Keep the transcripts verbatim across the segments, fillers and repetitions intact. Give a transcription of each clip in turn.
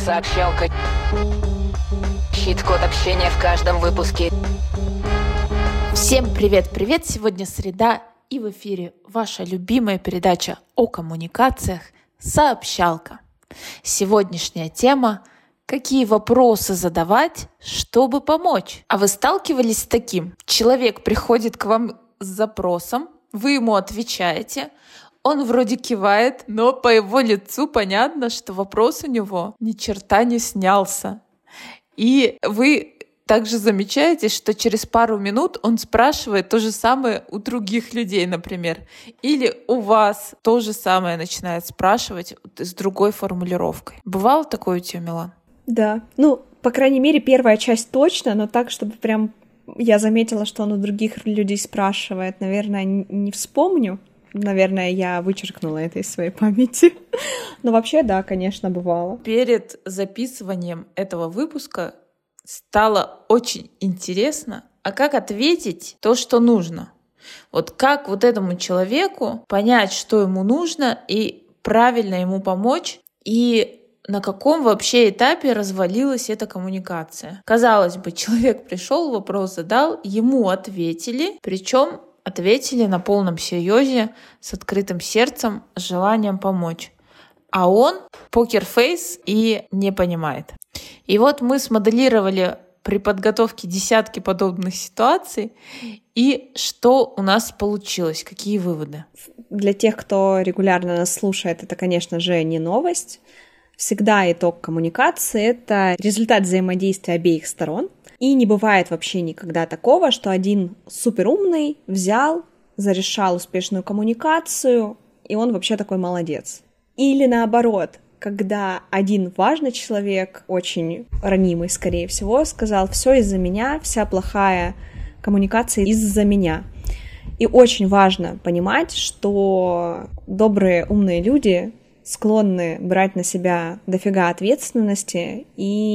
Сообщалка. Щит-код общения в каждом выпуске. Всем привет-привет! Сегодня среда, и в эфире ваша любимая передача о коммуникациях «Сообщалка». Сегодняшняя тема — какие вопросы задавать, чтобы помочь. А вы сталкивались с таким? Человек приходит к вам с запросом, вы ему отвечаете, он вроде кивает, но по его лицу понятно, что вопрос у него ни черта не снялся. И вы также замечаете, что через пару минут он спрашивает то же самое у других людей, например. Или у вас то же самое начинает спрашивать с другой формулировкой. Бывало такое у тебя, Милан? Да. Ну, по крайней мере, первая часть точно, но так, чтобы прям я заметила, что он у других людей спрашивает, наверное, не вспомню. Наверное, я вычеркнула это из своей памяти. Но вообще, да, конечно, бывало. Перед записыванием этого выпуска стало очень интересно, а как ответить то, что нужно? Вот как вот этому человеку понять, что ему нужно, и правильно ему помочь, и на каком вообще этапе развалилась эта коммуникация? Казалось бы, человек пришел, вопрос задал, ему ответили, причем ответили на полном серьезе, с открытым сердцем, с желанием помочь. А он покерфейс и не понимает. И вот мы смоделировали при подготовке десятки подобных ситуаций, и что у нас получилось, какие выводы? Для тех, кто регулярно нас слушает, это, конечно же, не новость. Всегда итог коммуникации — это результат взаимодействия обеих сторон. И не бывает вообще никогда такого, что один суперумный взял, зарешал успешную коммуникацию, и он вообще такой молодец. Или наоборот, когда один важный человек, очень ранимый, скорее всего, сказал: «Все из-за меня, вся плохая коммуникация из-за меня». И очень важно понимать, что добрые, умные люди склонны брать на себя дофига ответственности,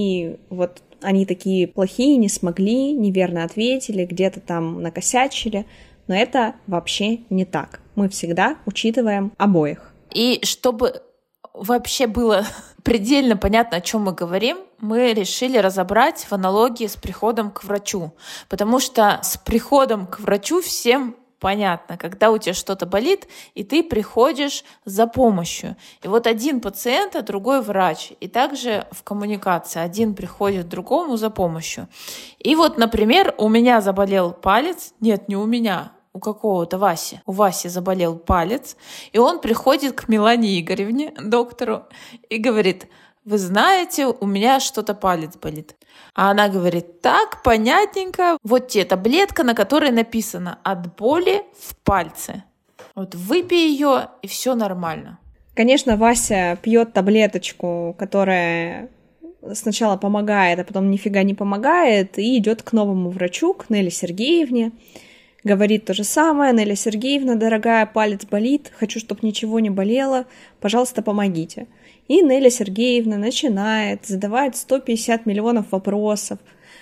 и вот они такие плохие, не смогли, неверно ответили, где-то там накосячили, но это вообще не так. Мы всегда учитываем обоих. И чтобы вообще было предельно понятно, о чем мы говорим, мы решили разобрать в аналогии с приходом к врачу. Потому что с приходом к врачу всем понятно, когда у тебя что-то болит, и ты приходишь за помощью. И вот один пациент, а другой врач. И также в коммуникации один приходит другому за помощью. И вот, например, у меня заболел палец. Нет, не у меня, у какого-то Васи. У Васи заболел палец. И он приходит к Милане Игоревне, доктору, и говорит: «Вы знаете, у меня что-то палец болит». А она говорит: «Так, понятненько, вот тебе таблетка, на которой написано «от боли в пальце». Вот выпей ее, и все нормально». Конечно, Вася пьет таблеточку, которая сначала помогает, а потом нифига не помогает, и идет к новому врачу, к Нелле Сергеевне. Говорит то же самое: «Нелля Сергеевна, дорогая, палец болит, хочу, чтобы ничего не болело, пожалуйста, помогите». И Нелля Сергеевна начинает задавать сто пятьдесят миллионов вопросов.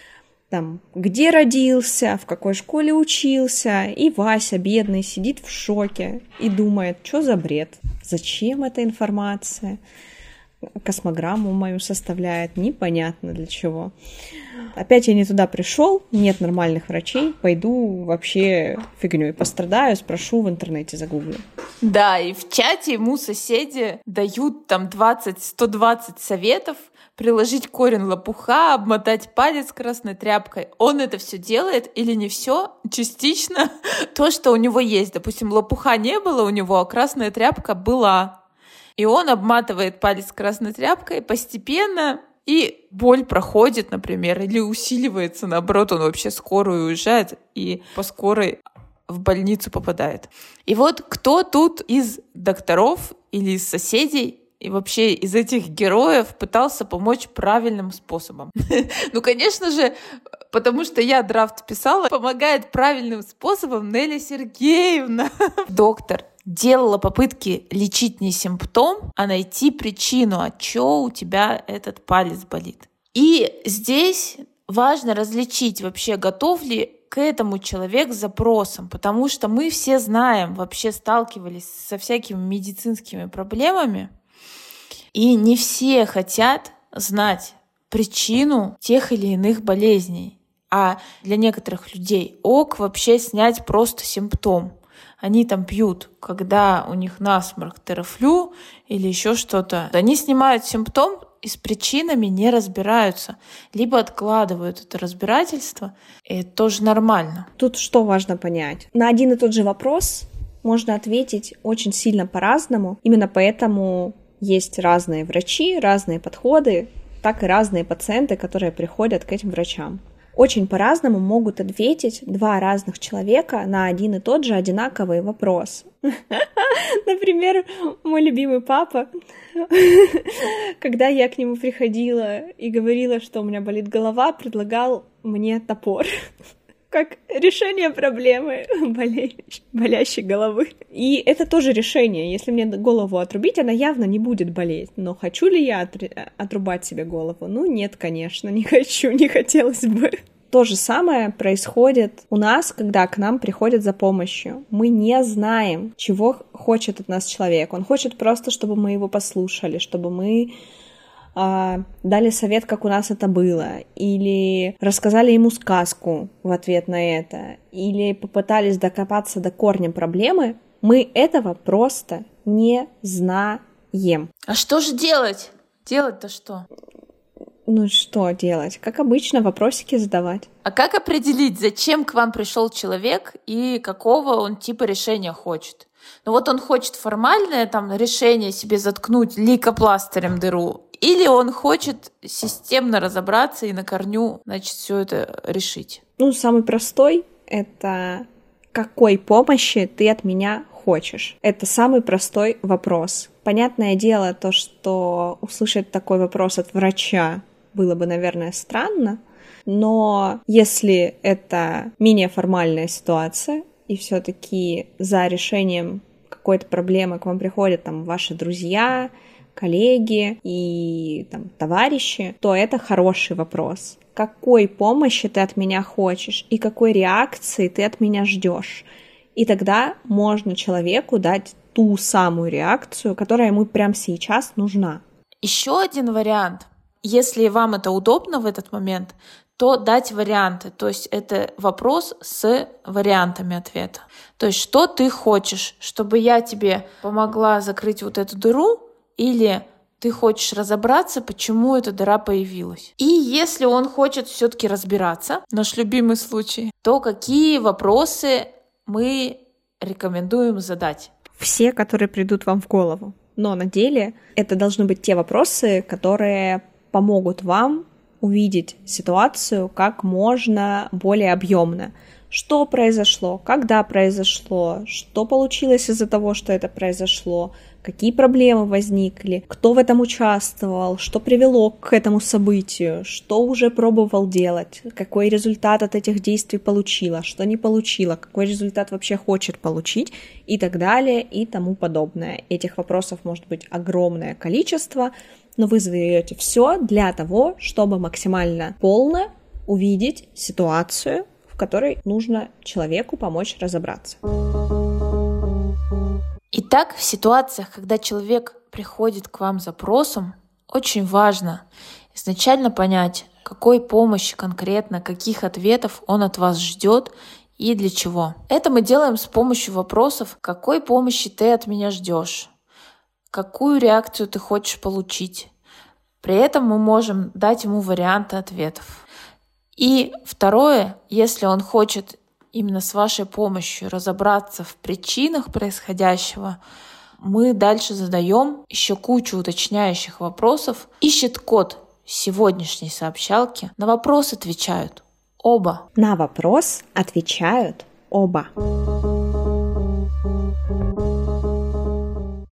Там, где родился, в какой школе учился. И Вася, бедный, сидит в шоке и думает: что за бред? Зачем эта информация? Космограмму мою составляет, непонятно для чего. Опять я не туда пришел, нет нормальных врачей, пойду вообще фигней пострадаю, спрошу в интернете, загуглю. Да, и в чате ему соседи дают там двадцать-сто двадцать советов: приложить корень лопуха, обмотать палец красной тряпкой. Он это все делает или не все, частично то, что у него есть. Допустим, лопуха не было у него, а красная тряпка была. И он обматывает палец красной тряпкой постепенно, и боль проходит, например, или усиливается, наоборот, он вообще скорую уезжает и по скорой в больницу попадает. И вот кто тут из докторов или из соседей и вообще из этих героев пытался помочь правильным способом? Ну, конечно же, потому что я драфт писала, помогает правильным способом Нелля Сергеевна. Доктор делала попытки лечить не симптом, а найти причину, а чё у тебя этот палец болит. И здесь важно различить вообще, готов ли к этому человек с запросом, потому что мы все знаем, вообще сталкивались со всякими медицинскими проблемами, и не все хотят знать причину тех или иных болезней. А для некоторых людей ок вообще снять просто симптом. Они там пьют, когда у них насморк, терафлю или еще что-то. Они снимают симптом и с причинами не разбираются. Либо откладывают это разбирательство, и это тоже нормально. Тут что важно понять? На один и тот же вопрос можно ответить очень сильно по-разному. Именно поэтому есть разные врачи, разные подходы, так и разные пациенты, которые приходят к этим врачам. Очень по-разному могут ответить два разных человека на один и тот же одинаковый вопрос. Например, мой любимый папа, когда я к нему приходила и говорила, что у меня болит голова, предлагал мне топор как решение проблемы болеющей, болящей головы. И это тоже решение. Если мне голову отрубить, она явно не будет болеть. Но хочу ли я отрубать себе голову? Ну нет, конечно, не хочу, не хотелось бы. То же самое происходит у нас, когда к нам приходят за помощью. Мы не знаем, чего хочет от нас человек. Он хочет просто, чтобы мы его послушали, чтобы мы э, дали совет, как у нас это было, или рассказали ему сказку в ответ на это, или попытались докопаться до корня проблемы. Мы этого просто не знаем. А что же делать? Делать-то что? Ну что делать? Как обычно, вопросики задавать. А как определить, зачем к вам пришел человек и какого он типа решения хочет? Ну вот он хочет формальное там решение себе заткнуть лейкопластырем дыру, или он хочет системно разобраться и на корню, значит, все это решить? Ну, самый простой — это какой помощи ты от меня хочешь? Это самый простой вопрос. Понятное дело, то, что услышать такой вопрос от врача было бы, наверное, странно, но если это менее формальная ситуация, и все-таки за решением какой-то проблемы к вам приходят там ваши друзья, коллеги и там, товарищи, то это хороший вопрос. Какой помощи ты от меня хочешь и какой реакции ты от меня ждешь? И тогда можно человеку дать ту самую реакцию, которая ему прямо сейчас нужна. Еще один вариант. Если вам это удобно в этот момент, то дать варианты. То есть это вопрос с вариантами ответа. То есть что ты хочешь, чтобы я тебе помогла закрыть вот эту дыру, или ты хочешь разобраться, почему эта дыра появилась. И если он хочет все-таки разбираться, наш любимый случай, то какие вопросы мы рекомендуем задать? Все, которые придут вам в голову. Но на деле это должны быть те вопросы, которые помогут вам увидеть ситуацию как можно более объемно. Что произошло, когда произошло, что получилось из-за того, что это произошло, какие проблемы возникли, кто в этом участвовал, что привело к этому событию, что уже пробовал делать, какой результат от этих действий получила, что не получила, какой результат вообще хочет получить и так далее и тому подобное. Этих вопросов может быть огромное количество, но вы задаете все для того, чтобы максимально полно увидеть ситуацию, в которой нужно человеку помочь разобраться. Итак, в ситуациях, когда человек приходит к вам с запросом, очень важно изначально понять, какой помощи конкретно, каких ответов он от вас ждет и для чего. Это мы делаем с помощью вопросов: какой помощи ты от меня ждешь, какую реакцию ты хочешь получить. При этом мы можем дать ему варианты ответов. И второе, если он хочет именно с вашей помощью разобраться в причинах происходящего, мы дальше задаем еще кучу уточняющих вопросов. Ищет код сегодняшней сообщалки. На вопрос отвечают оба. На вопрос отвечают оба.